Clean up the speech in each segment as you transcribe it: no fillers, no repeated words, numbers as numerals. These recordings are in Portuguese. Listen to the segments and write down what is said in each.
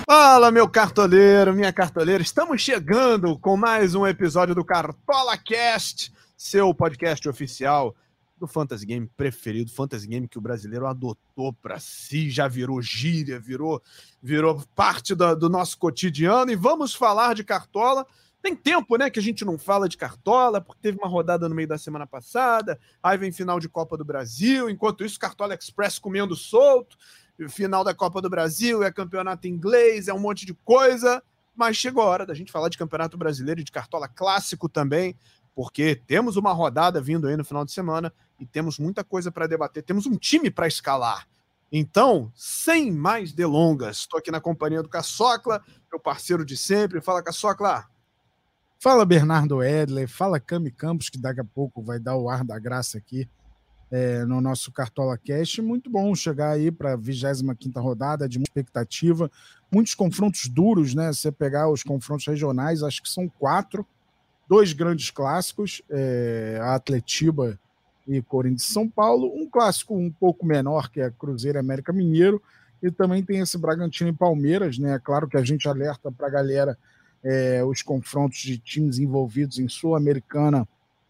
Fala, meu cartoleiro, minha cartoleira. Estamos chegando com mais um episódio do Cartola Cast, seu podcast oficial do Fantasy Game preferido, Fantasy Game que o brasileiro adotou para si, já virou gíria, virou parte do nosso cotidiano. E vamos falar de Cartola. Tem tempo, né, que a gente não fala de Cartola, porque teve uma rodada no meio da semana passada, aí vem final de Copa do Brasil, enquanto isso Cartola Express comendo solto, final da Copa do Brasil, é campeonato inglês, é um monte de coisa, mas chegou a hora da gente falar de Campeonato Brasileiro e de Cartola Clássico também, porque temos uma rodada vindo aí no final de semana e temos muita coisa para debater, temos um time para escalar. Então, sem mais delongas, estou aqui na companhia do Caçocla, meu parceiro de sempre. Fala, Caçocla! Fala, Bernardo Edler, fala Cami Campos, que daqui a pouco vai dar o ar da graça aqui no nosso Cartola Cast. Muito bom chegar aí para a 25ª rodada, de muita expectativa, muitos confrontos duros, né? Você pegar os confrontos regionais, acho que são 4, 2 grandes clássicos, a Atletiba e Corinthians de São Paulo, um clássico um pouco menor, que é Cruzeiro e América Mineiro, e também tem esse Bragantino e Palmeiras, né? Claro que a gente alerta para a galera os confrontos de times envolvidos em Sul-Americana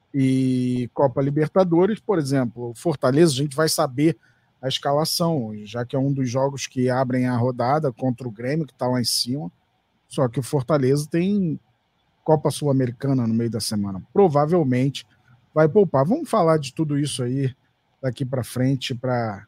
e Copa Libertadores. Por exemplo, Fortaleza, a gente vai saber a escalação, já que é um dos jogos que abrem a rodada contra o Grêmio, que está lá em cima, só que o Fortaleza tem Copa Sul-Americana no meio da semana, provavelmente vai poupar. Vamos falar de tudo isso aí daqui para frente, para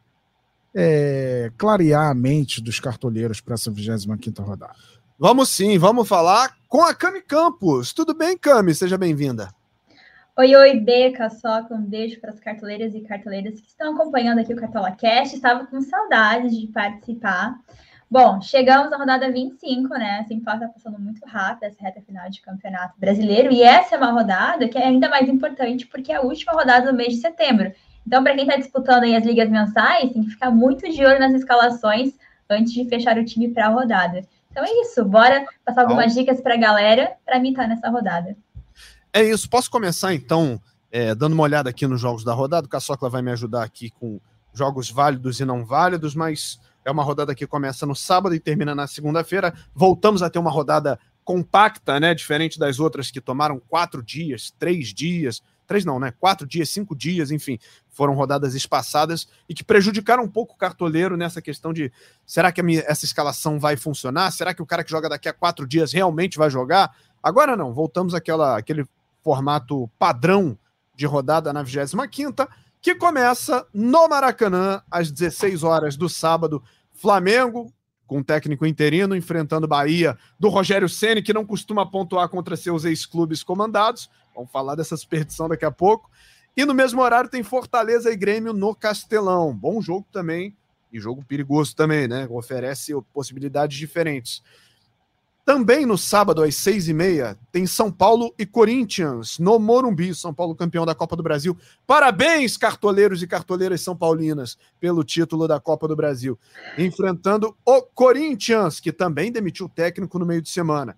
clarear a mente dos cartoleiros para essa 25ª rodada. Vamos sim, vamos falar com a Cami Campos. Tudo bem, Cami? Seja bem-vinda. Oi, B, Caçoca, um beijo para as cartoleiras e cartoleiras que estão acompanhando aqui o Cartola Cast. Estava com saudades de participar. Bom, chegamos na rodada 25, né? Assim, está passando muito rápido essa reta final de Campeonato Brasileiro. E essa é uma rodada que é ainda mais importante porque é a última rodada do mês de setembro. Então, para quem está disputando aí as ligas mensais, tem que ficar muito de olho nas escalações antes de fechar o time para a rodada. Então é isso, bora passar algumas dicas para a galera para mim estar nessa rodada. É isso, posso começar então dando uma olhada aqui nos jogos da rodada. O Caçocla vai me ajudar aqui com jogos válidos e não válidos, mas é uma rodada que começa no sábado e termina na segunda-feira. Voltamos a ter uma rodada compacta, né? Diferente das outras que tomaram 4 dias, 3 dias, 3 não, né? 4 dias, 5 dias, enfim, foram rodadas espaçadas e que prejudicaram um pouco o cartoleiro nessa questão de será que essa escalação vai funcionar? Será que o cara que joga daqui a 4 dias realmente vai jogar? Agora não, voltamos àquele formato padrão de rodada na 25ª, que começa no Maracanã, às 16 horas do sábado. Flamengo, com técnico interino, enfrentando Bahia, do Rogério Ceni, que não costuma pontuar contra seus ex-clubes comandados. Vamos falar dessa superstição daqui a pouco. E no mesmo horário tem Fortaleza e Grêmio no Castelão. Bom jogo também, e jogo perigoso também, né? Oferece possibilidades diferentes. Também no sábado, às 6h30, tem São Paulo e Corinthians no Morumbi. São Paulo campeão da Copa do Brasil. Parabéns, cartoleiros e cartoleiras são paulinas, pelo título da Copa do Brasil. Enfrentando o Corinthians, que também demitiu o técnico no meio de semana.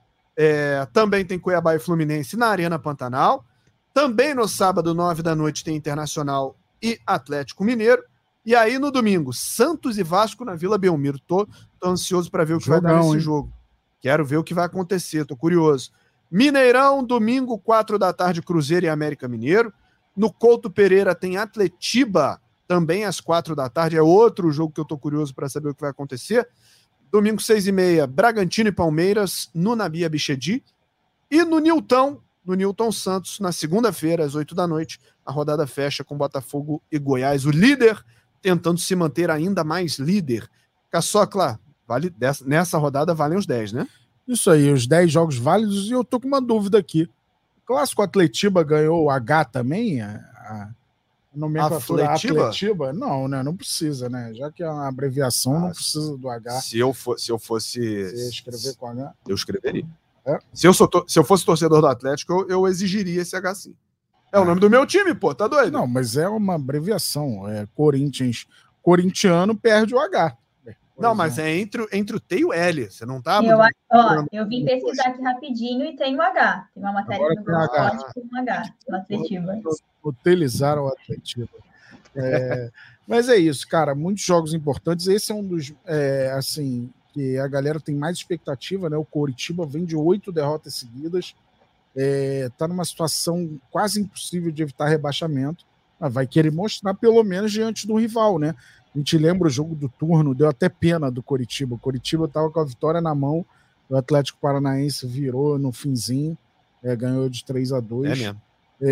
Também tem Cuiabá e Fluminense na Arena Pantanal. Também no sábado, 9 da noite, tem Internacional e Atlético Mineiro. E aí no domingo, Santos e Vasco na Vila Belmiro. Tô ansioso para ver o que vai dar nesse jogo. Quero ver o que vai acontecer, tô curioso. Mineirão, domingo, 4 da tarde, Cruzeiro e América Mineiro. No Couto Pereira tem Atletiba, também às 4 da tarde. É outro jogo que eu tô curioso para saber o que vai acontecer. Domingo, 6h30, Bragantino e Palmeiras, no Nabi Abichedi. E no Newton Santos, na segunda-feira, às 8 da noite, a rodada fecha com Botafogo e Goiás. O líder tentando se manter ainda mais líder. Caçocla, nessa rodada valem os 10, né? Isso aí, os 10 jogos válidos. E eu tô com uma dúvida aqui. O Clássico Atletiba ganhou o H também? A nomenclatura Atletiba? Não, né? Não precisa, né? Já que é uma abreviação, não precisa do H. Se eu fosse... Você escrever com H? Eu escreveria. Se eu fosse torcedor do Atlético, eu exigiria esse H sim. É o nome do meu time, pô, tá doido? Não, mas é uma abreviação. Corinthians. Corintiano perde o H. Não, mas é entre o T e o L. Você não tá... Eu vim pesquisar aqui rapidinho e tem o H. Tem uma matéria do Globoesporte com um H, no Atletiba. Utilizaram o Atletiba. Mas é isso, cara. Muitos jogos importantes. Esse é um dos, assim, porque a galera tem mais expectativa, né? O Coritiba vem de 8 derrotas seguidas, tá numa situação quase impossível de evitar rebaixamento, mas vai querer mostrar pelo menos diante do rival, né? A gente lembra o jogo do turno, deu até pena do Coritiba. O Coritiba estava com a vitória na mão, o Atlético Paranaense virou no finzinho, ganhou de 3-2. Mesmo.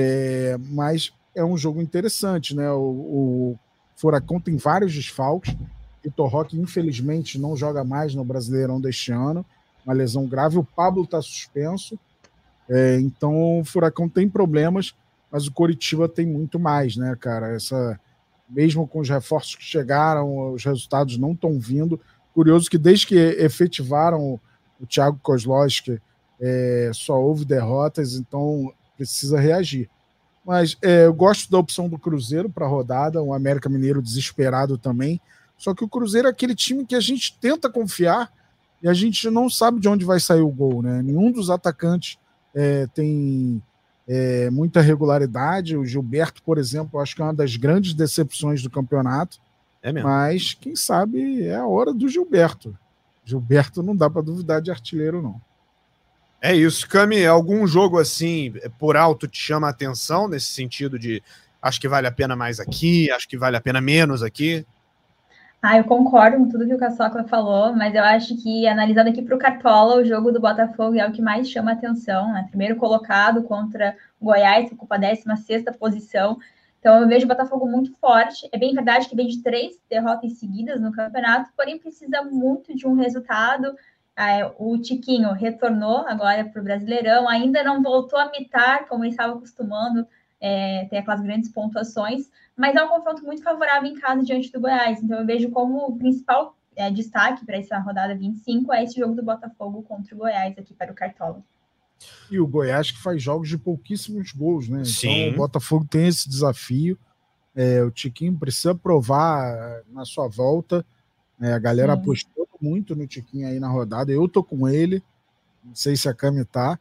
Mas é um jogo interessante, né? O Furacão tem vários desfalques. Vitor Roque, infelizmente, não joga mais no Brasileirão deste ano, uma lesão grave. O Pablo está suspenso, então o Furacão tem problemas, mas o Coritiba tem muito mais, né, cara? Mesmo com os reforços que chegaram, os resultados não estão vindo. Curioso que desde que efetivaram o Thiago Kozlowski, só houve derrotas, então precisa reagir. Mas eu gosto da opção do Cruzeiro para a rodada, o América Mineiro desesperado também. Só que o Cruzeiro é aquele time que a gente tenta confiar e a gente não sabe de onde vai sair o gol, né? Nenhum dos atacantes tem muita regularidade. O Gilberto, por exemplo, acho que é uma das grandes decepções do campeonato. Mas, quem sabe, é a hora do Gilberto. Gilberto não dá para duvidar de artilheiro, não. É isso. Cami, algum jogo assim, por alto, te chama a atenção nesse sentido de acho que vale a pena mais aqui, acho que vale a pena menos aqui? Eu concordo com tudo que o Caçocla falou, mas eu acho que, analisando aqui para o Cartola, o jogo do Botafogo é o que mais chama a atenção, né? Primeiro colocado contra o Goiás, que ocupa a 16ª posição. Então, eu vejo o Botafogo muito forte. É bem verdade que vem de 3 derrotas seguidas no campeonato, porém precisa muito de um resultado. O Tiquinho retornou agora para o Brasileirão, ainda não voltou a mitar, como ele estava acostumando, ter aquelas grandes pontuações, mas é um confronto muito favorável em casa diante do Goiás. Então eu vejo como o principal destaque para essa rodada 25 é esse jogo do Botafogo contra o Goiás aqui para o Cartola. E o Goiás que faz jogos de pouquíssimos gols, né? Sim. Então o Botafogo tem esse desafio. O Tiquinho precisa provar na sua volta. A galera apostou muito no Tiquinho aí na rodada. Eu tô com ele. Não sei se a Cami tá.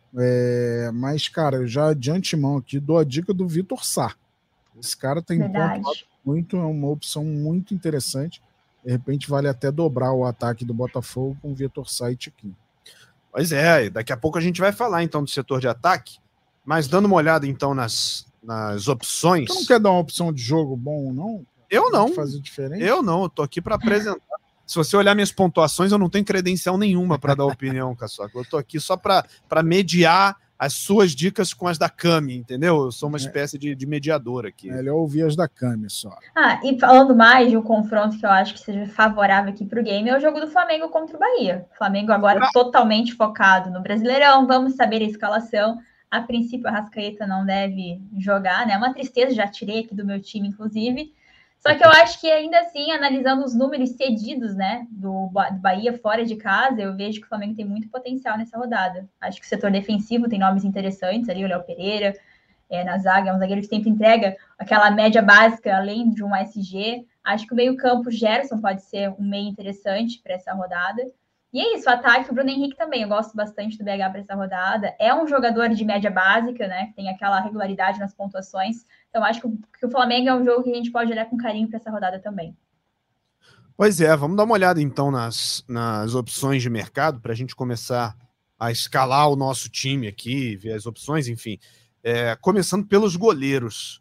Mas, cara, eu já de antemão aqui dou a dica do Vitor Sá. Esse cara tem pontuado muito, é uma opção muito interessante. De repente vale até dobrar o ataque do Botafogo com Vitor Sá e Tiquinho. Pois é, daqui a pouco a gente vai falar então do setor de ataque, mas dando uma olhada então nas opções... Tu não quer dar uma opção de jogo bom, não? Eu não. Fazer diferente? Eu não, eu tô aqui para apresentar. Se você olhar minhas pontuações, eu não tenho credencial nenhuma para dar opinião, Caçoca. Eu tô aqui só para mediar as suas dicas com as da Cami, entendeu? Eu sou uma espécie de mediador aqui. Melhor ouvir as da Cami só. E falando mais de um confronto que eu acho que seja favorável aqui para o game, é o jogo do Flamengo contra o Bahia. O Flamengo agora totalmente focado no Brasileirão, vamos saber a escalação. A princípio, a Arrascaeta não deve jogar, né? É uma tristeza, já tirei aqui do meu time, inclusive. Só que eu acho que, ainda assim, analisando os números cedidos, né, do Bahia fora de casa, eu vejo que o Flamengo tem muito potencial nessa rodada. Acho que o setor defensivo tem nomes interessantes ali, o Léo Pereira, na zaga, é um zagueiro que sempre entrega aquela média básica, além de um SG. Acho que o meio-campo, Gerson, pode ser um meio interessante para essa rodada. E é isso, o ataque, o Bruno Henrique também, eu gosto bastante do BH para essa rodada. É um jogador de média básica, né, que tem aquela regularidade nas pontuações. Então, acho que o Flamengo é um jogo que a gente pode olhar com carinho para essa rodada também. Pois é, vamos dar uma olhada então nas opções de mercado para a gente começar a escalar o nosso time aqui, ver as opções, enfim. Começando pelos goleiros.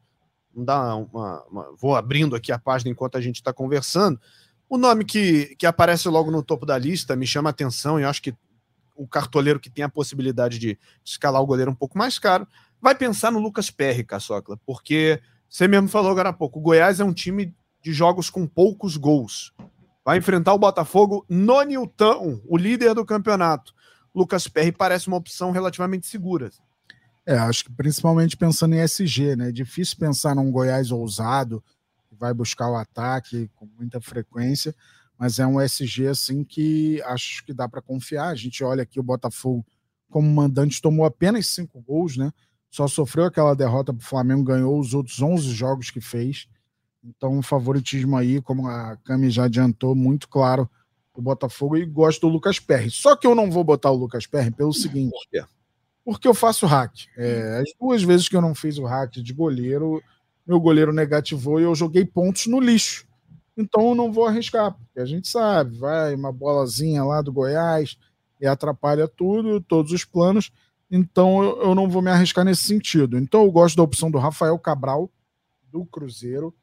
Vou abrindo aqui a página enquanto a gente está conversando. O nome que aparece logo no topo da lista me chama a atenção e eu acho que o cartoleiro que tem a possibilidade de escalar o goleiro um pouco mais caro vai pensar no Lucas Perry, Caçocla, porque você mesmo falou agora há pouco, o Goiás é um time de jogos com poucos gols. Vai enfrentar o Botafogo no Nilton, o líder do campeonato. Lucas Perry parece uma opção relativamente segura. Acho que principalmente pensando em SG, né? É difícil pensar num Goiás ousado, que vai buscar o ataque com muita frequência, mas é um SG assim que acho que dá para confiar. A gente olha aqui o Botafogo como mandante, tomou apenas 5 gols, né? Só sofreu aquela derrota para o Flamengo, ganhou os outros 11 jogos que fez. Então, um favoritismo aí, como a Cami já adiantou, muito claro do Botafogo, e gosto do Lucas Perry. Só que eu não vou botar o Lucas Perry pelo seguinte, porque eu faço hack. As 2 vezes que eu não fiz o hack de goleiro, meu goleiro negativou e eu joguei pontos no lixo. então eu não vou arriscar, porque a gente sabe, vai uma bolazinha lá do Goiás e atrapalha tudo, todos os planos, então eu não vou me arriscar nesse sentido. Então eu gosto da opção do Rafael Cabral, do Cruzeiro.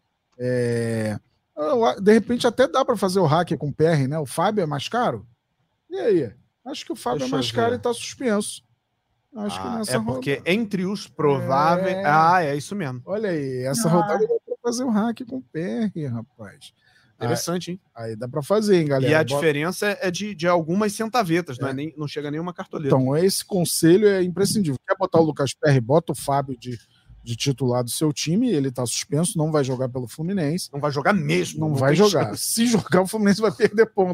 De repente até dá para fazer o hack com o PR, né? O Fábio é mais caro? E aí? Acho que o Fábio é mais caro e está suspenso. Acho que nessa porque rodada... entre os prováveis... é isso mesmo. Olha aí, essa rodada dá para fazer o hack com o PR, rapaz. Interessante, hein? Aí dá para fazer, hein, galera? E a diferença é de algumas centavetas, não chega nenhuma cartoleta. Então, esse conselho é imprescindível. Quer botar o Lucas Perry, bota o Fábio de titular do seu time, ele está suspenso, não vai jogar pelo Fluminense. Não vai jogar mesmo. Não vai jogar. Se jogar, o Fluminense vai perder ponto.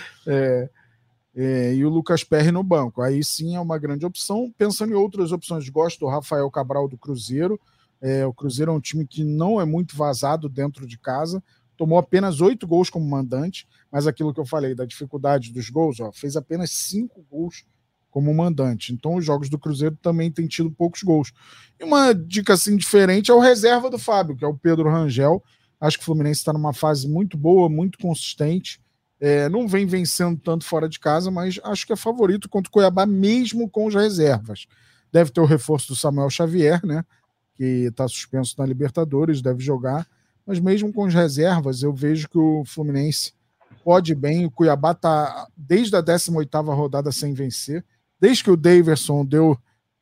E o Lucas Perry no banco. Aí sim é uma grande opção. Pensando em outras opções, gosto do Rafael Cabral do Cruzeiro. O Cruzeiro é um time que não é muito vazado dentro de casa. Tomou apenas 8 gols como mandante, mas aquilo que eu falei da dificuldade dos gols, fez apenas 5 gols como mandante. Então os jogos do Cruzeiro também têm tido poucos gols. E uma dica assim diferente é o reserva do Fábio, que é o Pedro Rangel. Acho que o Fluminense está numa fase muito boa, muito consistente. Não vem vencendo tanto fora de casa, mas acho que é favorito contra o Cuiabá, mesmo com as reservas. Deve ter o reforço do Samuel Xavier, né? Que está suspenso na Libertadores, deve jogar. Mas mesmo com as reservas, eu vejo que o Fluminense pode bem. O Cuiabá está desde a 18ª rodada sem vencer. Desde que o Daverson deu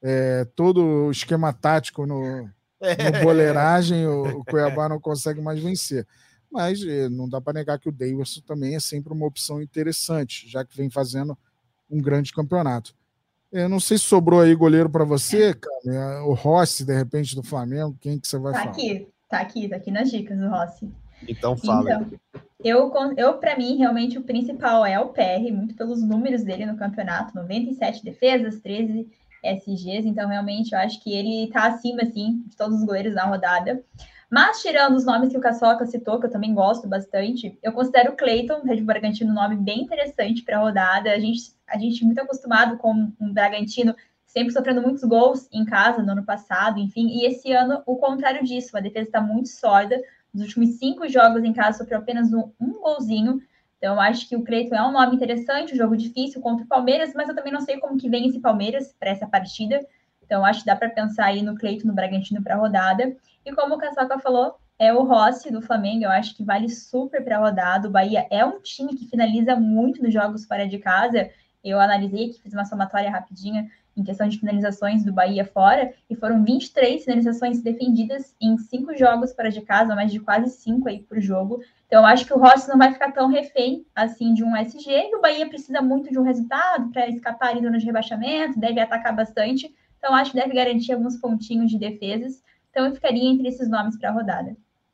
todo o esquema tático no boleiragem, o Cuiabá não consegue mais vencer. Mas não dá para negar que o Daverson também é sempre uma opção interessante, já que vem fazendo um grande campeonato. Eu não sei se sobrou aí goleiro para você, cara. O Rossi, de repente, do Flamengo. Quem que você vai falar? Tá aqui nas dicas do Rossi. Então fala. Eu para mim, realmente, o principal é o PR, muito pelos números dele no campeonato. 97 defesas, 13 SGs. Então, realmente, eu acho que ele tá acima, assim, de todos os goleiros na rodada. Mas, tirando os nomes que o Caçoca citou, que eu também gosto bastante, eu considero o Cleiton, Red Bull Bragantino, um nome bem interessante para a rodada. A gente muito acostumado com um Bragantino sempre sofrendo muitos gols em casa no ano passado, enfim. E esse ano, o contrário disso. A defesa está muito sólida. Nos últimos 5 jogos em casa, sofreu apenas um golzinho. Então, eu acho que o Cleiton é um nome interessante, um jogo difícil contra o Palmeiras, mas eu também não sei como que vem esse Palmeiras para essa partida. Então, acho que dá para pensar aí no Cleiton, no Bragantino para a rodada. E como o Caçoca falou, é o Rossi do Flamengo, eu acho que vale super para a rodada. O Bahia é um time que finaliza muito nos jogos fora de casa. Eu analisei aqui, fiz uma somatória rapidinha em questão de finalizações do Bahia fora, e foram 23 finalizações defendidas em 5 jogos fora de casa, mais de quase 5 aí por jogo. Então, eu acho que o Rossi não vai ficar tão refém, assim, de um SG, e o Bahia precisa muito de um resultado para escapar ali de rebaixamento, deve atacar bastante, então acho que deve garantir alguns pontinhos de defesas. Então, eu ficaria entre esses nomes para a rodada.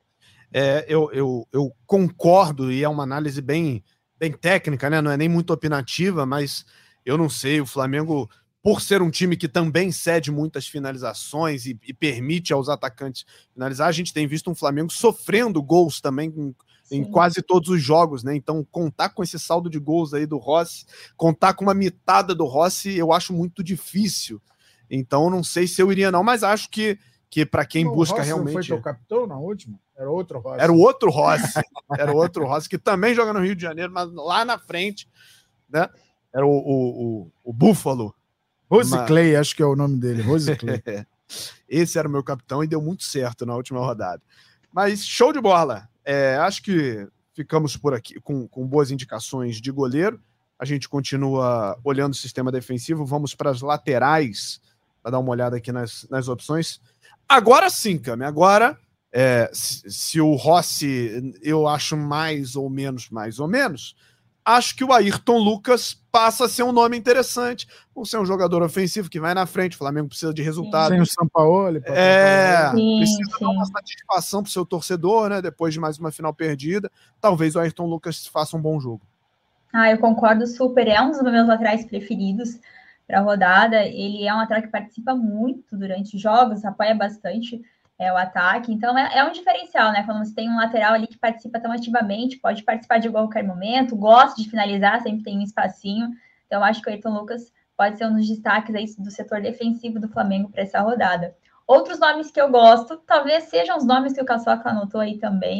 Eu concordo, e é uma análise bem técnica, né? Não é nem muito opinativa, mas eu não sei, o Flamengo, por ser um time que também cede muitas finalizações e permite aos atacantes finalizar, a gente tem visto um Flamengo sofrendo gols também em quase todos os jogos, né? Então, contar com esse saldo de gols aí do Rossi, contar com uma mitada do Rossi, eu acho muito difícil. Então, não sei se eu iria não, mas acho que para quem busca Rossi realmente... Não foi teu capitão na última? Era outro Rossi. Era o outro Rossi. Era o outro Rossi, que também joga no Rio de Janeiro, mas lá na frente, né? Era o Búfalo. Rose Clay, acho que é o nome dele. Rose Clay. Esse era o meu capitão e deu muito certo na última rodada. Mas show de bola. Acho que ficamos por aqui com boas indicações de goleiro. A gente continua olhando o sistema defensivo. Vamos para as laterais para dar uma olhada aqui nas opções. Agora sim, Cami. Agora, se o Rossi eu acho mais ou menos, acho que o Ayrton Lucas passa a ser um nome interessante, por ser um jogador ofensivo que vai na frente. O Flamengo precisa de resultado. Sem o Sampaoli. Precisa dar uma satisfação para o seu torcedor, né? Depois de mais uma final perdida. Talvez o Ayrton Lucas faça um bom jogo. Eu concordo super. É um dos meus laterais preferidos para a rodada. Ele é um lateral que participa muito durante os jogos, apoia bastante o ataque. Então, é um diferencial, né? Quando você tem um lateral ali que participa tão ativamente, pode participar de qualquer momento, gosta de finalizar, sempre tem um espacinho. Então, acho que o Ayrton Lucas pode ser um dos destaques aí do setor defensivo do Flamengo para essa rodada. Outros nomes que eu gosto, talvez sejam os nomes que o Caçoca anotou aí também.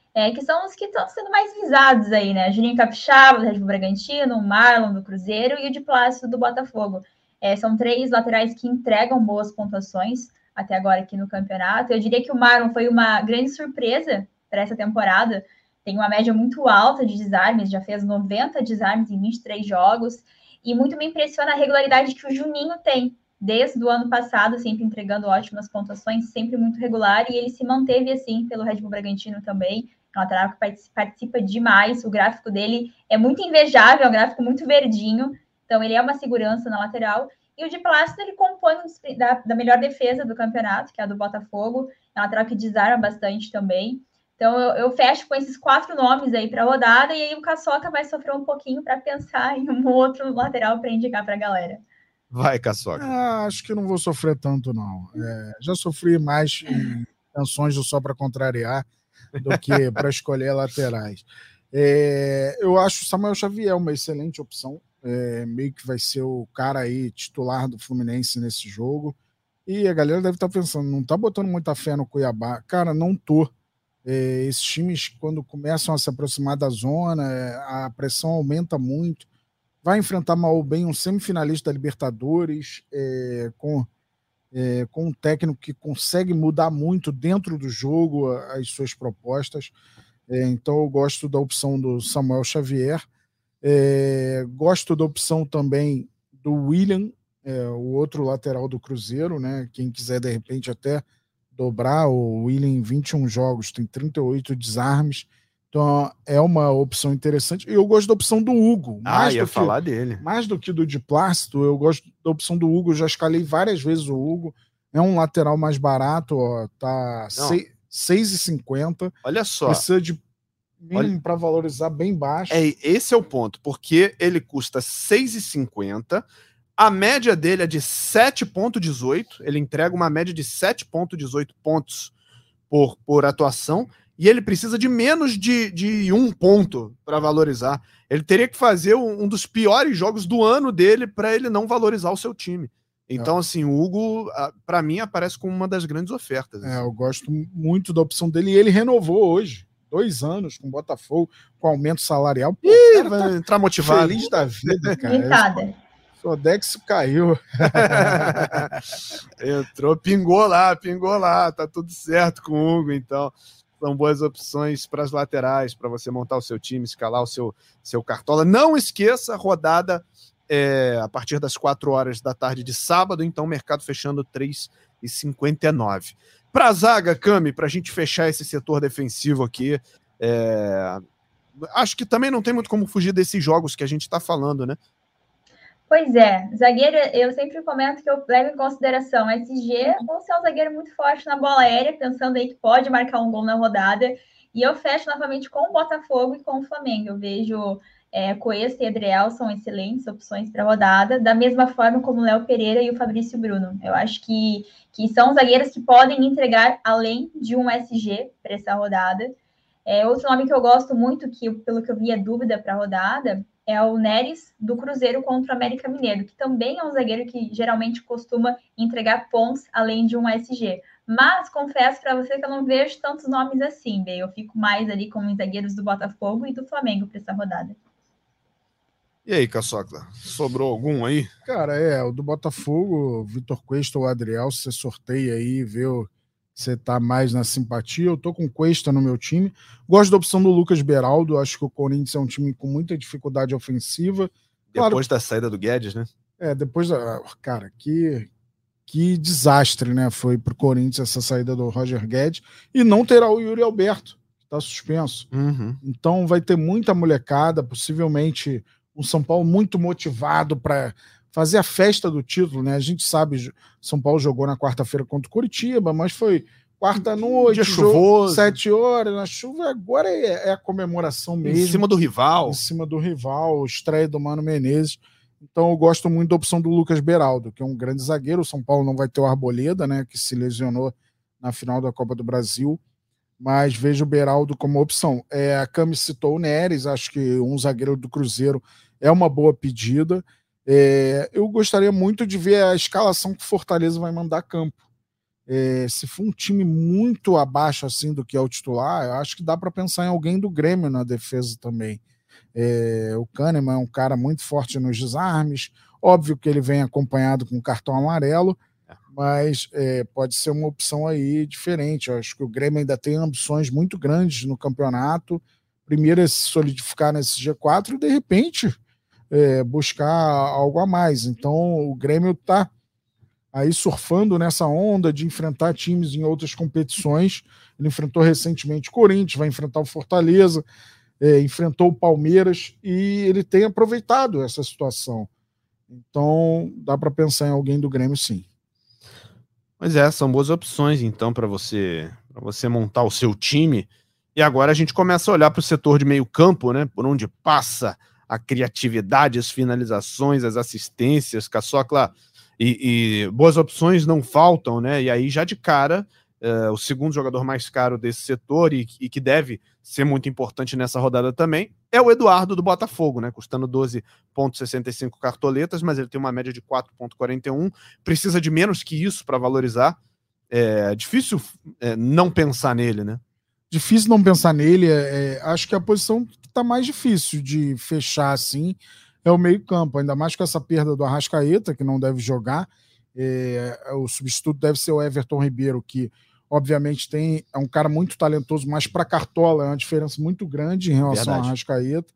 que são os que estão sendo mais visados aí, né? Juninho Capixaba, do Red Bull Bragantino, o Marlon, do Cruzeiro, e o de Plácido, do Botafogo. São 3 laterais que entregam boas pontuações até agora aqui no campeonato. Eu diria que o Marlon foi uma grande surpresa para essa temporada. Tem uma média muito alta de desarmes, já fez 90 desarmes em 23 jogos, e muito me impressiona a regularidade que o Juninho tem, desde o ano passado, sempre entregando ótimas pontuações, sempre muito regular, e ele se manteve assim pelo Red Bull Bragantino também, é um lateral que participa demais, o gráfico dele é muito invejável, é um gráfico muito verdinho, então ele é uma segurança na lateral, e o de Plácido ele compõe da melhor defesa do campeonato, que é a do Botafogo, é um lateral que desarma bastante também. Então, eu fecho com esses 4 nomes aí para a rodada, e aí o Caçoca vai sofrer um pouquinho para pensar em um outro lateral para indicar para a galera. Vai, Caçoca. Acho que não vou sofrer tanto, não. Já sofri mais em canções do Só para Contrariar do que para escolher laterais. Eu acho o Samuel Xavier uma excelente opção. Meio que vai ser o cara aí titular do Fluminense nesse jogo. E a galera deve estar pensando, não tá botando muita fé no Cuiabá. Cara, não tô. Esses times, quando começam a se aproximar da zona, a pressão aumenta muito. Vai enfrentar mal ou bem um semifinalista da Libertadores, com um técnico que consegue mudar muito dentro do jogo as suas propostas. Então eu gosto da opção do Samuel Xavier. Gosto da opção também do William, o outro lateral do Cruzeiro, né? Quem quiser, de repente, até dobrar, o William em 21 jogos, tem 38 desarmes. Então é uma opção interessante. E eu gosto da opção do Hugo. Falar dele. Mais do que do de Plácido, eu gosto da opção do Hugo. Eu já escalei várias vezes o Hugo. É um lateral mais barato, ó, tá 6,50. Olha só. Precisa de mínimo para valorizar bem baixo. Esse é o ponto, porque ele custa 6,50. A média dele é de 7,18. Ele entrega uma média de 7,18 pontos por atuação. E ele precisa de menos de 1 ponto para valorizar. Ele teria que fazer um dos piores jogos do ano dele para ele não valorizar o seu time. Então, assim, o Hugo, para mim, aparece como uma das grandes ofertas. Assim. Eu gosto muito da opção dele. E ele renovou hoje. 2 anos com o Botafogo, com aumento salarial. Pô, vai entrar motivado. Feliz da vida, cara. Pintada. Sodexo caiu. Entrou, pingou lá. Tá tudo certo com o Hugo, então. São boas opções para as laterais, para você montar o seu time, escalar o seu cartola. Não esqueça, rodada a partir das 4 horas da tarde de sábado, então mercado fechando 3,59. Para a zaga, Cami, para a gente fechar esse setor defensivo aqui, acho que também não tem muito como fugir desses jogos que a gente está falando, né? Pois é, zagueiro, eu sempre comento que eu levo em consideração SG ou se é um zagueiro muito forte na bola aérea, pensando aí que pode marcar um gol na rodada, e eu fecho novamente com o Botafogo e com o Flamengo. Eu vejo Cuesta e Adriel são excelentes opções para a rodada, da mesma forma como o Léo Pereira e o Fabrício Bruno. Eu acho que são zagueiros que podem entregar além de um SG para essa rodada. Outro nome que eu gosto muito, que pelo que eu vi é dúvida para a rodada, é o Neres, do Cruzeiro contra o América Mineiro, que também é um zagueiro que geralmente costuma entregar pontos além de um SG. Mas confesso para você que eu não vejo tantos nomes assim, bem. Eu fico mais ali com os zagueiros do Botafogo e do Flamengo para essa rodada. E aí, Caçocla, sobrou algum aí? Cara, o do Botafogo, Vitor Cuesta ou Adriel, você sorteia aí, vê você tá mais na simpatia. Eu tô com Cuesta no meu time. Gosto da opção do Lucas Beraldo. Acho que o Corinthians é um time com muita dificuldade ofensiva. Depois da saída do Guedes, né? Depois da... Cara, que desastre, né? Foi pro Corinthians essa saída do Roger Guedes. E não terá o Yuri Alberto, que tá suspenso. Uhum. Então vai ter muita molecada, possivelmente um São Paulo muito motivado para fazer a festa do título, né? A gente sabe, São Paulo jogou na quarta-feira contra o Curitiba, mas foi quarta-noite, dia chuvoso, 7 horas na chuva. Agora é a comemoração mesmo. Em cima do rival. Em cima do rival, estreia do Mano Menezes. Então eu gosto muito da opção do Lucas Beraldo, que é um grande zagueiro. O São Paulo não vai ter o Arboleda, né? Que se lesionou na final da Copa do Brasil. Mas vejo o Beraldo como opção. A Cami citou o Neres, acho que um zagueiro do Cruzeiro é uma boa pedida. Eu gostaria muito de ver a escalação que o Fortaleza vai mandar a campo. Se for um time muito abaixo assim do que é o titular, eu acho que dá para pensar em alguém do Grêmio na defesa também. O Kahneman é um cara muito forte nos desarmes, óbvio que ele vem acompanhado com cartão amarelo, mas pode ser uma opção aí diferente. Eu acho que o Grêmio ainda tem ambições muito grandes no campeonato. Primeiro é se solidificar nesse G4 e, de repente, buscar algo a mais. Então, o Grêmio está aí surfando nessa onda de enfrentar times em outras competições. Ele enfrentou recentemente o Corinthians, vai enfrentar o Fortaleza, enfrentou o Palmeiras e ele tem aproveitado essa situação. Então, dá para pensar em alguém do Grêmio, sim. Pois são boas opções, então, para você montar o seu time. E agora a gente começa a olhar para o setor de meio campo, né? Por onde passa a criatividade, as finalizações, as assistências, Caçocla, e boas opções não faltam, né? E aí, já de cara, o segundo jogador mais caro desse setor e que deve ser muito importante nessa rodada também é o Eduardo do Botafogo, né? Custando 12,65 cartoletas, mas ele tem uma média de 4,41. Precisa de menos que isso para valorizar. É difícil não pensar nele, né? Difícil não pensar nele. Acho que a posição que está mais difícil de fechar assim é o meio-campo, ainda mais com essa perda do Arrascaeta, que não deve jogar. O substituto deve ser o Everton Ribeiro, que obviamente é um cara muito talentoso, mas para Cartola é uma diferença muito grande em relação ao Arrascaeta.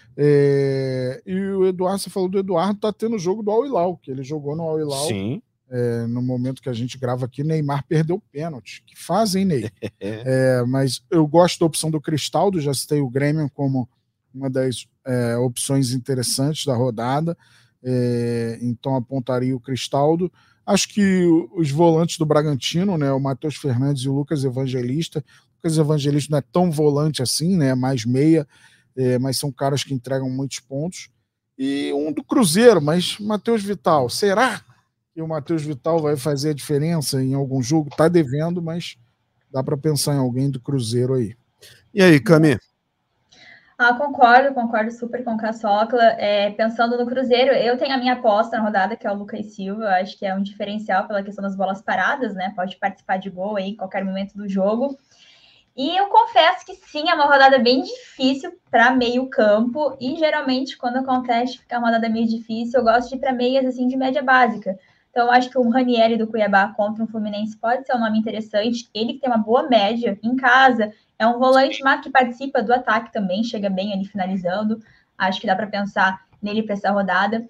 E o Eduardo, você falou do Eduardo, tá tendo o jogo do Al Hilal, que ele jogou no Al Hilal. Sim. No momento que a gente grava aqui, Neymar perdeu o pênalti. Que fazem, Ney? Mas eu gosto da opção do Cristaldo, já citei o Grêmio como uma das opções interessantes da rodada, então apontaria o Cristaldo. Acho que os volantes do Bragantino, né, o Matheus Fernandes e o Lucas Evangelista. O Lucas Evangelista não é tão volante assim, né, mais meia, mas são caras que entregam muitos pontos. E um do Cruzeiro, mas Matheus Vital, será que o Matheus Vital vai fazer a diferença em algum jogo? Tá devendo, mas dá para pensar em alguém do Cruzeiro aí. E aí, Cami? Concordo super com o Caçocla. Pensando no Cruzeiro, eu tenho a minha aposta na rodada, que é o Lucas Silva. Eu acho que é um diferencial pela questão das bolas paradas, né? Pode participar de gol aí em qualquer momento do jogo. E eu confesso que sim, é uma rodada bem difícil para meio campo. E geralmente, quando acontece ficar uma rodada meio difícil, eu gosto de ir para meias assim, de média básica. Então, eu acho que o Ranieri do Cuiabá contra o Fluminense pode ser um nome interessante. Ele que tem uma boa média em casa. É um volante mas que participa do ataque também, chega bem ali finalizando. Acho que dá para pensar nele para essa rodada.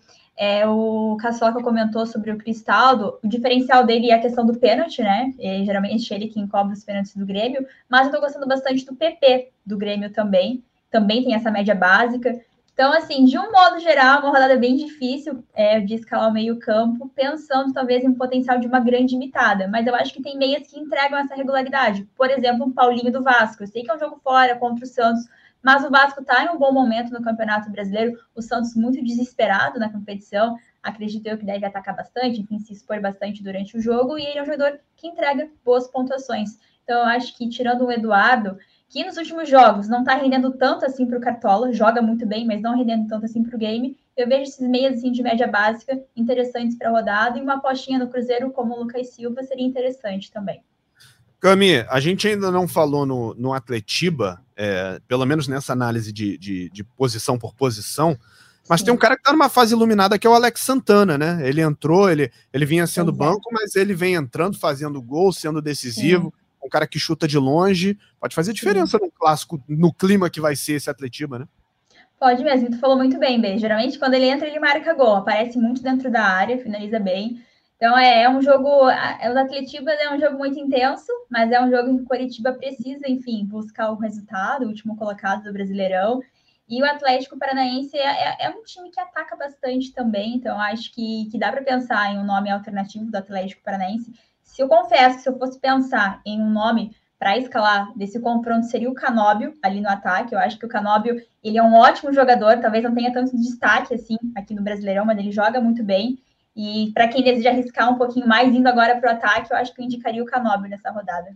O Caçoca comentou sobre o Cristaldo. O diferencial dele é a questão do pênalti, né? Geralmente ele quem cobra os pênaltis do Grêmio. Mas eu tô gostando bastante do PP do Grêmio também. Também tem essa média básica. Então, assim, de um modo geral, uma rodada bem difícil de escalar o meio-campo, pensando talvez em um potencial de uma grande imitada. Mas eu acho que tem meias que entregam essa regularidade. Por exemplo, o Paulinho do Vasco. Eu sei que é um jogo fora contra o Santos, mas o Vasco está em um bom momento no Campeonato Brasileiro. O Santos muito desesperado na competição. Acredito eu que deve atacar bastante, enfim, se expor bastante durante o jogo. E ele é um jogador que entrega boas pontuações. Então, eu acho que, tirando o Eduardo, que nos últimos jogos não está rendendo tanto assim para o Cartola, joga muito bem, mas não rendendo tanto assim para o game. Eu vejo esses meias assim, de média básica interessantes para a rodada, e uma apostinha no Cruzeiro como o Lucas Silva seria interessante também. Cami, a gente ainda não falou no Atletiba, pelo menos nessa análise de posição por posição, mas Sim. Tem um cara que está numa fase iluminada que é o Alex Santana, né? Ele entrou, ele vinha sendo banco, mas ele vem entrando, fazendo gol, sendo decisivo. Sim. Um cara que chuta de longe, pode fazer diferença no clássico, no clima que vai ser esse Atletiba, né? Pode mesmo, tu falou muito bem, Bê. Geralmente, quando ele entra, ele marca gol, aparece muito dentro da área, finaliza bem. Então, é um jogo... O Atletiba é um jogo muito intenso, mas é um jogo em que o Coritiba precisa, enfim, buscar o resultado, o último colocado do Brasileirão. E o Atlético Paranaense é um time que ataca bastante também, então acho que dá para pensar em um nome alternativo do Atlético Paranaense. Eu confesso que se eu fosse pensar em um nome para escalar desse confronto, seria o Canóbio ali no ataque. Eu acho que o Canóbio, ele é um ótimo jogador, talvez não tenha tanto destaque assim aqui no Brasileirão, mas ele joga muito bem. E para quem deseja arriscar um pouquinho mais, indo agora para o ataque, eu acho que eu indicaria o Canóbio nessa rodada.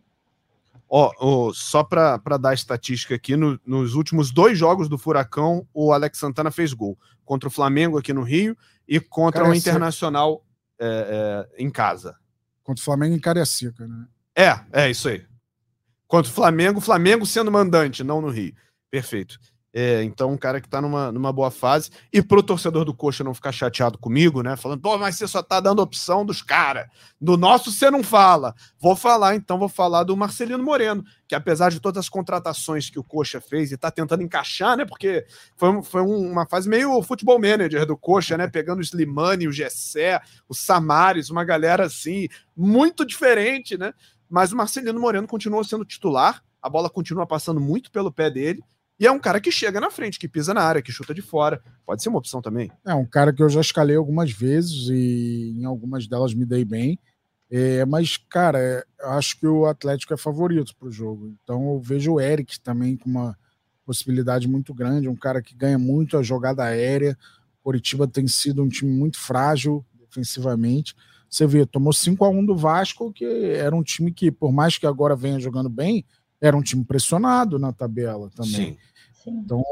Só para dar estatística aqui, nos últimos 2 jogos do Furacão, o Alex Santana fez gol. Contra o Flamengo aqui no Rio e contra o Internacional em casa. Contra o Flamengo em Cariacica, né? É isso aí. Contra o Flamengo sendo mandante, não no Rio. Perfeito. Então, um cara que tá numa boa fase. E pro torcedor do Coxa não ficar chateado comigo, né? Falando, pô, mas você só tá dando opção dos caras. Do nosso você não fala. Vou falar do Marcelino Moreno, que apesar de todas as contratações que o Coxa fez e tá tentando encaixar, né? Porque foi uma fase meio futebol manager do Coxa, né? Pegando o Slimani, o Gessé, o Samaris, uma galera assim, muito diferente, né? Mas o Marcelino Moreno continuou sendo titular, a bola continua passando muito pelo pé dele. E é um cara que chega na frente, que pisa na área, que chuta de fora. Pode ser uma opção também. É um cara que eu já escalei algumas vezes e em algumas delas me dei bem. Mas, cara, eu acho que o Atlético é favorito para o jogo. Então eu vejo o Eric também com uma possibilidade muito grande, um cara que ganha muito a jogada aérea. O Coritiba tem sido um time muito frágil defensivamente. Você vê, tomou 5-1 do Vasco, que era um time que, por mais que agora venha jogando bem, era um time pressionado na tabela também. Sim. Então,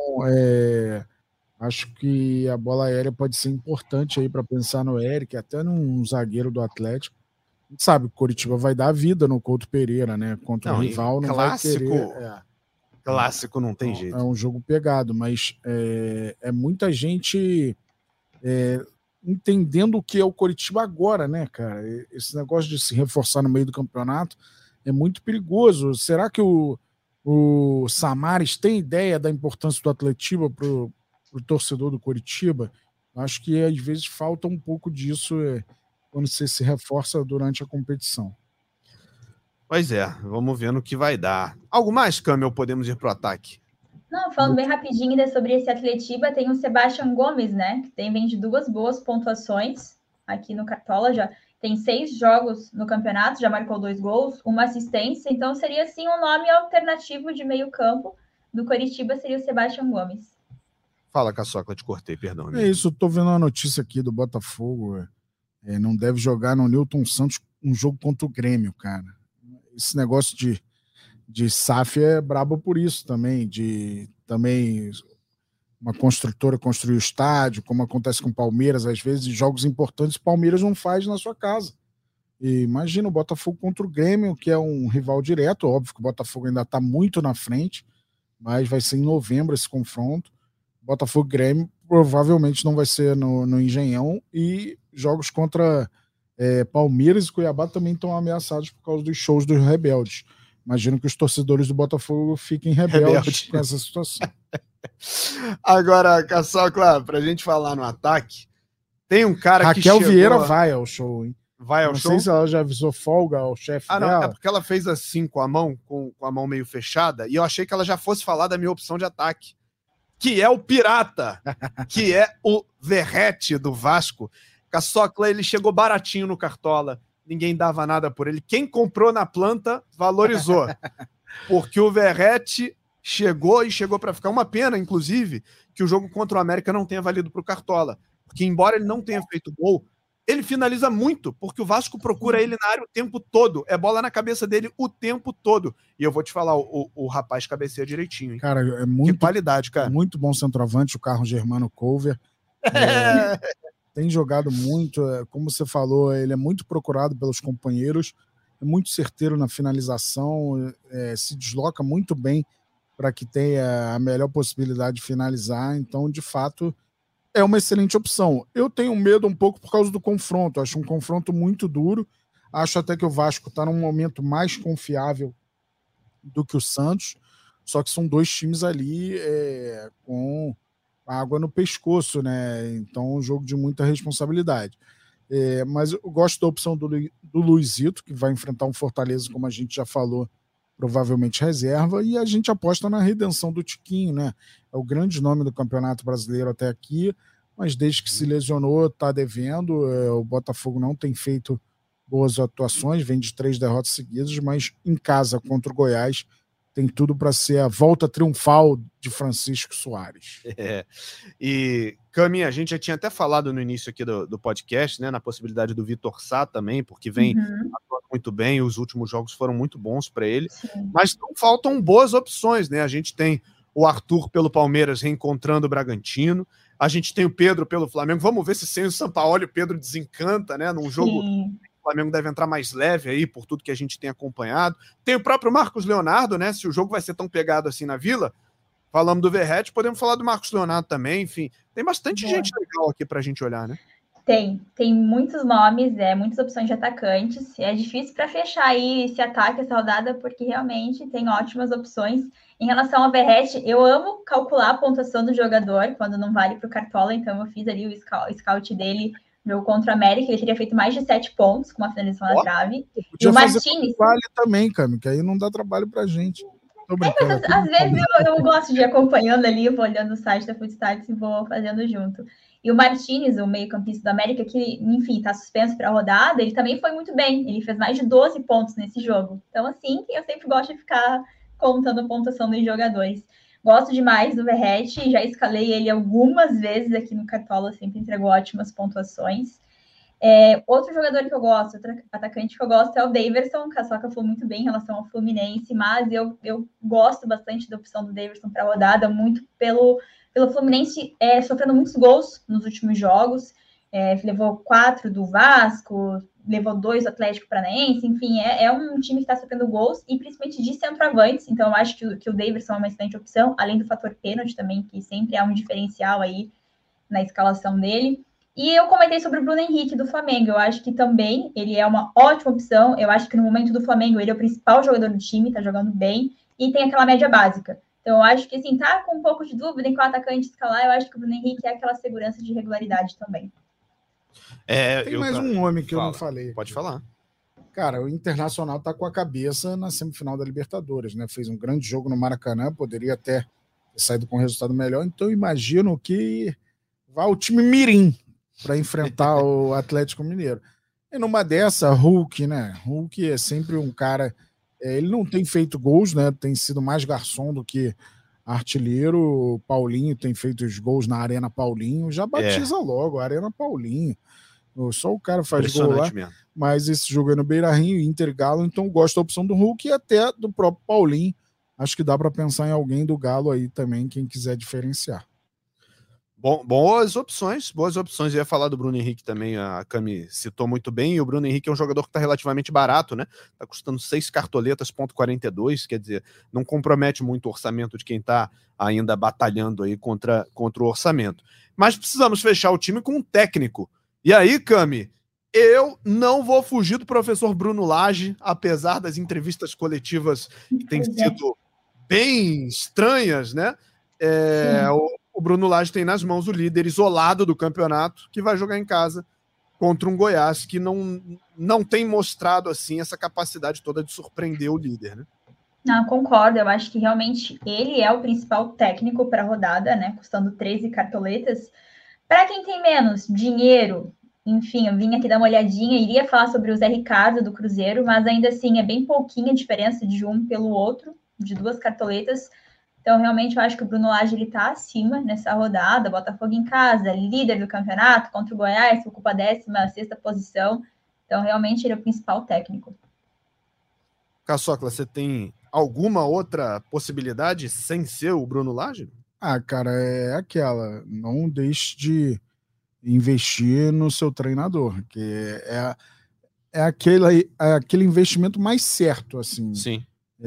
acho que a bola aérea pode ser importante aí para pensar no Eric, até num zagueiro do Atlético. A gente sabe que o Coritiba vai dar vida no Couto Pereira, né? Contra o rival, não clássico, vai querer. Clássico não tem jeito. É um jogo pegado, mas é muita gente entendendo o que é o Coritiba agora, né, cara? Esse negócio de se reforçar no meio do campeonato é muito perigoso. Será que o Samaris tem ideia da importância do Atletiba para o torcedor do Coritiba? Acho que às vezes falta um pouco disso quando você se reforça durante a competição. Pois é, vamos ver no que vai dar. Algo mais, Cami, ou podemos ir para o ataque? Não, falando bem rapidinho ainda sobre esse Atletiba, tem o Sebastião Gomes, né? Que vem de 2 boas pontuações aqui no Cartola, já tem 6 jogos no campeonato, já marcou 2 gols, 1 assistência, então seria sim um nome alternativo de meio campo do Coritiba, seria o Sebastião Gomes. Fala, Caçocla, te cortei, perdão. É isso, eu tô vendo uma notícia aqui do Botafogo, não deve jogar no Newton Santos um jogo contra o Grêmio, cara. Esse negócio de SAF é brabo por isso também, também uma construtora construir o estádio, como acontece com o Palmeiras, às vezes, jogos importantes o Palmeiras não faz na sua casa. E imagina o Botafogo contra o Grêmio, que é um rival direto, óbvio que o Botafogo ainda está muito na frente, mas vai ser em novembro esse confronto. Botafogo e Grêmio provavelmente não vai ser no Engenhão, e jogos contra Palmeiras e Cuiabá também estão ameaçados por causa dos shows dos rebeldes. Imagino que os torcedores do Botafogo fiquem rebeldes com essa situação. Agora, Caçocla, pra gente falar no ataque, tem um cara Raquel que chegou... Vieira vai ao show, hein? Vai ao show? Não sei se ela já avisou folga ao chefe dela. Não, é porque ela fez assim com a mão meio fechada, e eu achei que ela já fosse falar da minha opção de ataque, que é o Pirata, que é o Verrete do Vasco. Caçocla, ele chegou baratinho no Cartola, ninguém dava nada por ele. Quem comprou na planta, valorizou. Porque o Verrete chegou para ficar. Uma pena, inclusive, que o jogo contra o América não tenha valido para o Cartola. Porque, embora ele não tenha feito gol, ele finaliza muito, porque o Vasco procura ele na área o tempo todo. É bola na cabeça dele o tempo todo. E eu vou te falar, o rapaz cabeceia direitinho, hein? Cara, é muito, que qualidade, cara. Muito bom centroavante, o Carlos Germano Couver. Tem jogado muito, como você falou, ele é muito procurado pelos companheiros, é muito certeiro na finalização, se desloca muito bem para que tenha a melhor possibilidade de finalizar. Então, de fato, é uma excelente opção. Eu tenho medo um pouco por causa do confronto, acho um confronto muito duro, acho até que o Vasco está num momento mais confiável do que o Santos, só que são 2 times ali com água no pescoço, né? Então, um jogo de muita responsabilidade. Mas eu gosto da opção do Luizito, que vai enfrentar um Fortaleza, como a gente já falou, provavelmente reserva, e a gente aposta na redenção do Tiquinho, né? É o grande nome do Campeonato Brasileiro até aqui, mas desde que se lesionou, está devendo. O Botafogo não tem feito boas atuações, vem de 3 derrotas seguidas, mas em casa contra o Goiás tem tudo para ser a volta triunfal de Francisco Soares. E, Cami, a gente já tinha até falado no início aqui do podcast, né, na possibilidade do Vitor Sá também, porque vem atuando muito bem, os últimos jogos foram muito bons para ele, mas não faltam boas opções, né? A gente tem o Arthur pelo Palmeiras reencontrando o Bragantino, a gente tem o Pedro pelo Flamengo, vamos ver se sem o Sampaoli o Pedro desencanta, né, num jogo o Flamengo deve entrar mais leve aí, por tudo que a gente tem acompanhado. Tem o próprio Marcos Leonardo, né? Se o jogo vai ser tão pegado assim na Vila, falamos do Verratti, podemos falar do Marcos Leonardo também, enfim. Tem bastante gente legal aqui pra gente olhar, né? Tem muitos nomes, muitas opções de atacantes. É difícil para fechar aí esse ataque, essa rodada, porque realmente tem ótimas opções. Em relação ao Verratti, eu amo calcular a pontuação do jogador quando não vale para o Cartola, então eu fiz ali o scout dele no jogo contra o América, ele teria feito mais de 7 pontos com uma finalização na trave. E o Martínez vale também, cara, que aí não dá trabalho pra gente. Mas às vezes eu gosto de ir acompanhando ali, eu vou olhando o site da Footstats e vou fazendo junto. E o Martínez, o meio-campista do América, que, enfim, está suspenso para a rodada, ele também foi muito bem. Ele fez mais de 12 pontos nesse jogo. Então, assim, eu sempre gosto de ficar contando a pontuação dos jogadores. Gosto demais do Verratti, já escalei ele algumas vezes aqui no Cartola, sempre entregou ótimas pontuações. Outro jogador que eu gosto, outro atacante que eu gosto é o Daverson. O Caçoca falou muito bem em relação ao Fluminense, mas eu gosto bastante da opção do Daverson para a rodada, muito pelo Fluminense sofrendo muitos gols nos últimos jogos. Levou 4 do Vasco, levou 2 do Atlético Paranaense, enfim, é um time que está sofrendo gols, e principalmente de centroavantes, então eu acho que o Daverson é uma excelente opção, além do fator pênalti também, que sempre é um diferencial aí na escalação dele. E eu comentei sobre o Bruno Henrique do Flamengo, eu acho que também ele é uma ótima opção, eu acho que no momento do Flamengo ele é o principal jogador do time, tá jogando bem, e tem aquela média básica. Então, eu acho que, assim, tá com um pouco de dúvida em qual atacante escalar, eu acho que o Bruno Henrique é aquela segurança de regularidade também. Tem mais um nome que eu não falei. Pode falar. Cara, o Internacional tá com a cabeça na semifinal da Libertadores, né? Fez um grande jogo no Maracanã, poderia até ter saído com um resultado melhor, então eu imagino que vai o time mirim para enfrentar o Atlético Mineiro. E numa dessa, Hulk, né? Hulk é sempre um cara... ele não tem feito gols, né? Tem sido mais garçom do que artilheiro. O Paulinho tem feito os gols na Arena Paulinho. Já batiza logo, Arena Paulinho. Só o cara faz gol lá. Mesmo. Mas esse jogo é no Beira-Rio, Inter e Galo, então gosto da opção do Hulk e até do próprio Paulinho. Acho que dá para pensar em alguém do Galo aí também, quem quiser diferenciar. Boas opções. Eu ia falar do Bruno Henrique também, a Cami citou muito bem, e o Bruno Henrique é um jogador que está relativamente barato, né? Está custando 6 cartoletas, 42, quer dizer, não compromete muito o orçamento de quem está ainda batalhando aí contra o orçamento. Mas precisamos fechar o time com um técnico. E aí, Cami, eu não vou fugir do professor Bruno Lage, apesar das entrevistas coletivas que têm sido bem estranhas, né? O Bruno Lage tem nas mãos o líder isolado do campeonato, que vai jogar em casa contra um Goiás que não tem mostrado assim essa capacidade toda de surpreender o líder, né? Não, concordo, eu acho que realmente ele é o principal técnico para a rodada, né? Custando 13 cartoletas. Para quem tem menos dinheiro, enfim, eu vim aqui dar uma olhadinha, iria falar sobre o Zé Ricardo do Cruzeiro, mas ainda assim é bem pouquinha a diferença de um pelo outro, de 2 cartoletas. Então, realmente, eu acho que o Bruno Lage está acima nessa rodada. Botafogo em casa, líder do campeonato, contra o Goiás, ocupa a 16ª posição. Então, realmente, ele é o principal técnico. Caçocla, você tem alguma outra possibilidade sem ser o Bruno Lage? Cara, é aquela. Não deixe de investir no seu treinador, que é aquele investimento mais certo, assim. Sim.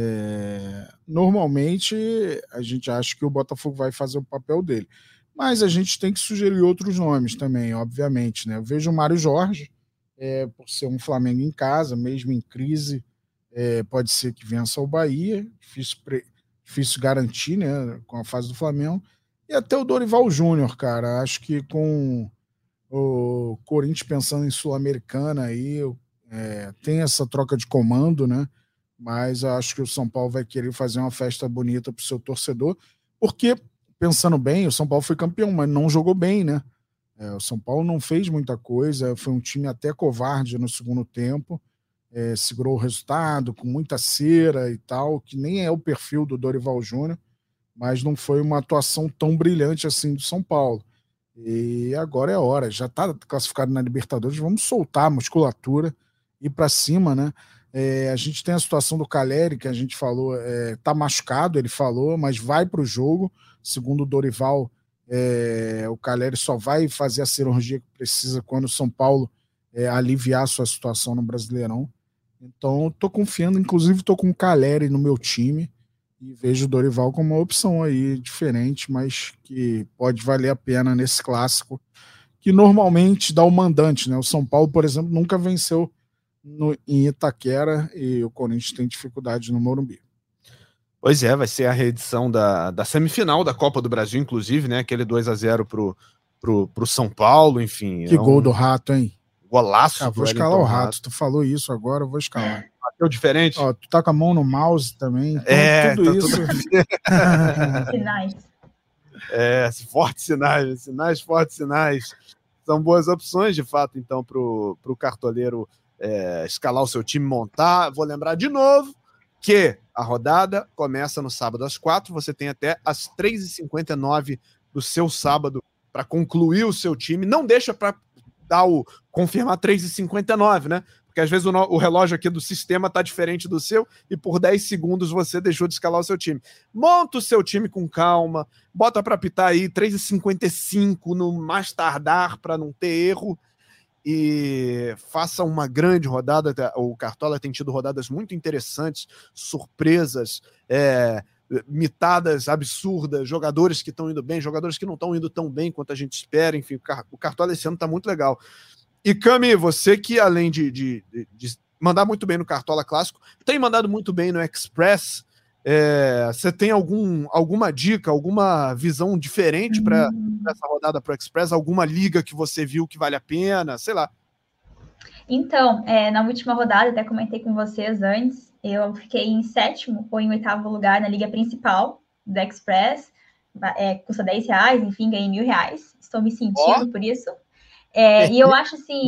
Normalmente a gente acha que o Botafogo vai fazer o papel dele, mas a gente tem que sugerir outros nomes também, obviamente, né? Eu vejo o Mário Jorge, por ser um Flamengo em casa, mesmo em crise, pode ser que vença o Bahia, difícil garantir, né, com a fase do Flamengo, e até o Dorival Júnior, cara, acho que com o Corinthians pensando em Sul-Americana aí, tem essa troca de comando, né? Mas eu acho que o São Paulo vai querer fazer uma festa bonita para o seu torcedor, porque, pensando bem, o São Paulo foi campeão, mas não jogou bem, né? O São Paulo não fez muita coisa, foi um time até covarde no segundo tempo, segurou o resultado com muita cera e tal, que nem é o perfil do Dorival Júnior, mas não foi uma atuação tão brilhante assim do São Paulo. E agora é a hora, já está classificado na Libertadores, vamos soltar a musculatura, ir para cima, né? A gente tem a situação do Caleri, que a gente falou, tá machucado, ele falou, mas vai para o jogo. Segundo o Dorival, o Caleri só vai fazer a cirurgia que precisa quando o São Paulo aliviar a sua situação no Brasileirão. Então, estou confiando, inclusive estou com o Caleri no meu time e vejo o Dorival como uma opção aí diferente, mas que pode valer a pena nesse clássico, que normalmente dá o mandante, né? O São Paulo, por exemplo, nunca venceu em Itaquera e o Corinthians tem dificuldade no Morumbi. Pois é, vai ser a reedição da semifinal da Copa do Brasil, inclusive, né? Aquele 2-0 pro São Paulo, enfim. Que gol do Rato, hein? Golaço. Vou escalar o Rato. Tu falou isso agora, eu vou escalar. Bateu diferente? Ó, tu tá com a mão no mouse também. Então, tudo isso. Sinais. Fortes sinais, fortes sinais. São boas opções, de fato, então, pro cartoleiro escalar o seu time, montar. Vou lembrar de novo que a rodada começa no sábado às 4h, você tem até às 3h59 do seu sábado para concluir o seu time. Não deixa para confirmar 3h59, né? Porque às vezes o relógio aqui do sistema tá diferente do seu e por 10 segundos você deixou de escalar o seu time. Monta o seu time com calma, bota para apitar aí 3h55 no mais tardar para não ter erro e faça uma grande rodada. O Cartola tem tido rodadas muito interessantes, surpresas, mitadas absurdas, jogadores que estão indo bem, jogadores que não estão indo tão bem quanto a gente espera. Enfim, o Cartola esse ano está muito legal. E Cami, você que além de mandar muito bem no Cartola Clássico, tem mandado muito bem no Express. Você tem alguma dica, alguma visão diferente para essa rodada para o Express? Alguma liga que você viu que vale a pena? Sei lá. Então, na última rodada, até comentei com vocês antes, eu fiquei em 7º ou em 8º lugar na liga principal do Express. Custa R$10, enfim, ganhei R$1.000. Estou me sentindo por isso. E eu acho assim,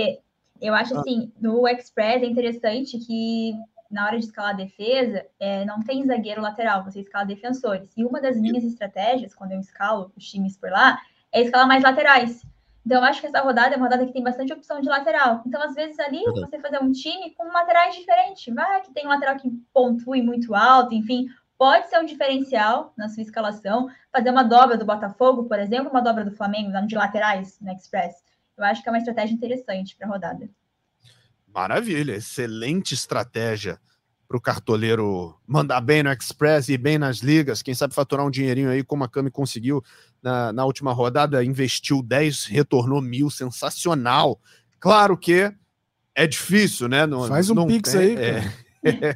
no Express é interessante que na hora de escalar a defesa, não tem zagueiro lateral, você escala defensores. E uma das minhas estratégias, quando eu escalo os times por lá, é escalar mais laterais. Então, eu acho que essa rodada é uma rodada que tem bastante opção de lateral. Então, às vezes, ali, você fazer um time com laterais diferentes. Vai que tem um lateral que pontue muito alto, enfim, pode ser um diferencial na sua escalação. Fazer uma dobra do Botafogo, por exemplo, uma dobra do Flamengo, de laterais no Express. Eu acho que é uma estratégia interessante para a rodada. Maravilha, excelente estratégia para o cartoleiro mandar bem no Express e bem nas ligas. Quem sabe faturar um dinheirinho aí, como a Cami conseguiu na última rodada, investiu 10, retornou 1.000, sensacional. Claro que é difícil, né? Faz um Pix aí, cara.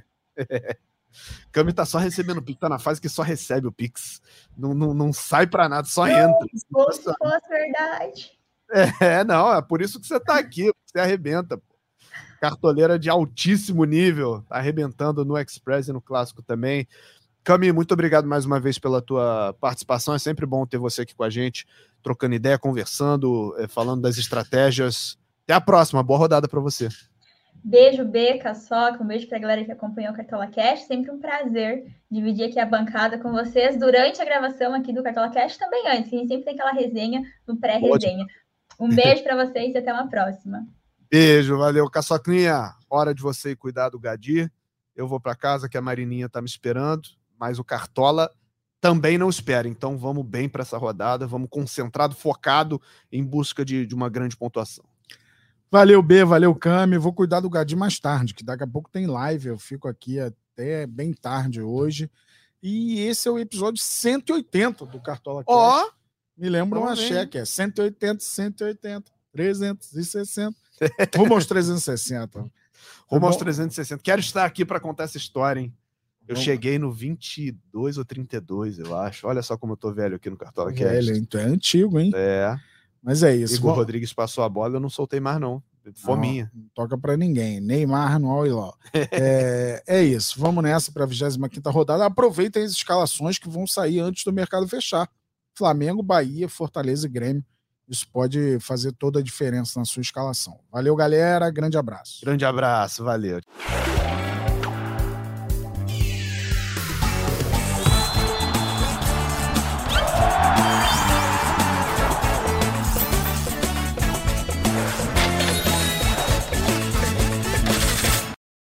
Cami tá só recebendo o Pix, tá na fase que só recebe o Pix. Não sai para nada, só entra. Como se fosse verdade. Não, é por isso que você tá aqui, você arrebenta, pô. Cartoleira de altíssimo nível, tá arrebentando no Express e no Clássico também. Cami, muito obrigado mais uma vez pela tua participação, é sempre bom ter você aqui com a gente, trocando ideia, conversando, falando das estratégias. Até a próxima, boa rodada para você. Beijo, Beca, Soca, um beijo para a galera que acompanhou o Cartola Cash, sempre um prazer dividir aqui a bancada com vocês durante a gravação aqui do Cartola Cash, também antes, que a gente sempre tem aquela resenha no pré-resenha. Um beijo para vocês e até uma próxima. Beijo, valeu. Caçoclinha, hora de você ir cuidar do Gadir. Eu vou para casa que a Marininha tá me esperando, mas o Cartola também não espera. Então vamos bem para essa rodada, vamos concentrado, focado em busca de uma grande pontuação. Valeu, B, valeu, Cami. Vou cuidar do Gadir mais tarde, que daqui a pouco tem live. Eu fico aqui até bem tarde hoje. E esse é o episódio 180 do Cartola Cash. Me lembra uma cheque, 180, 180, 360. Rumo aos 360. Rumo aos 360. Quero estar aqui para contar essa história, hein? Eu cheguei no 22 ou 32, eu acho. Olha só como eu tô velho aqui no Cartola Cash. Velho, então é antigo, hein? Mas é isso. Igor Rodrigues passou a bola, eu não soltei mais, não. Fominha. Não toca para ninguém. Neymar no All e Law. É isso. Vamos nessa para a 25ª rodada. Aproveitem as escalações que vão sair antes do mercado fechar. Flamengo, Bahia, Fortaleza e Grêmio. Isso pode fazer toda a diferença na sua escalação. Valeu, galera. Grande abraço. Grande abraço. Valeu.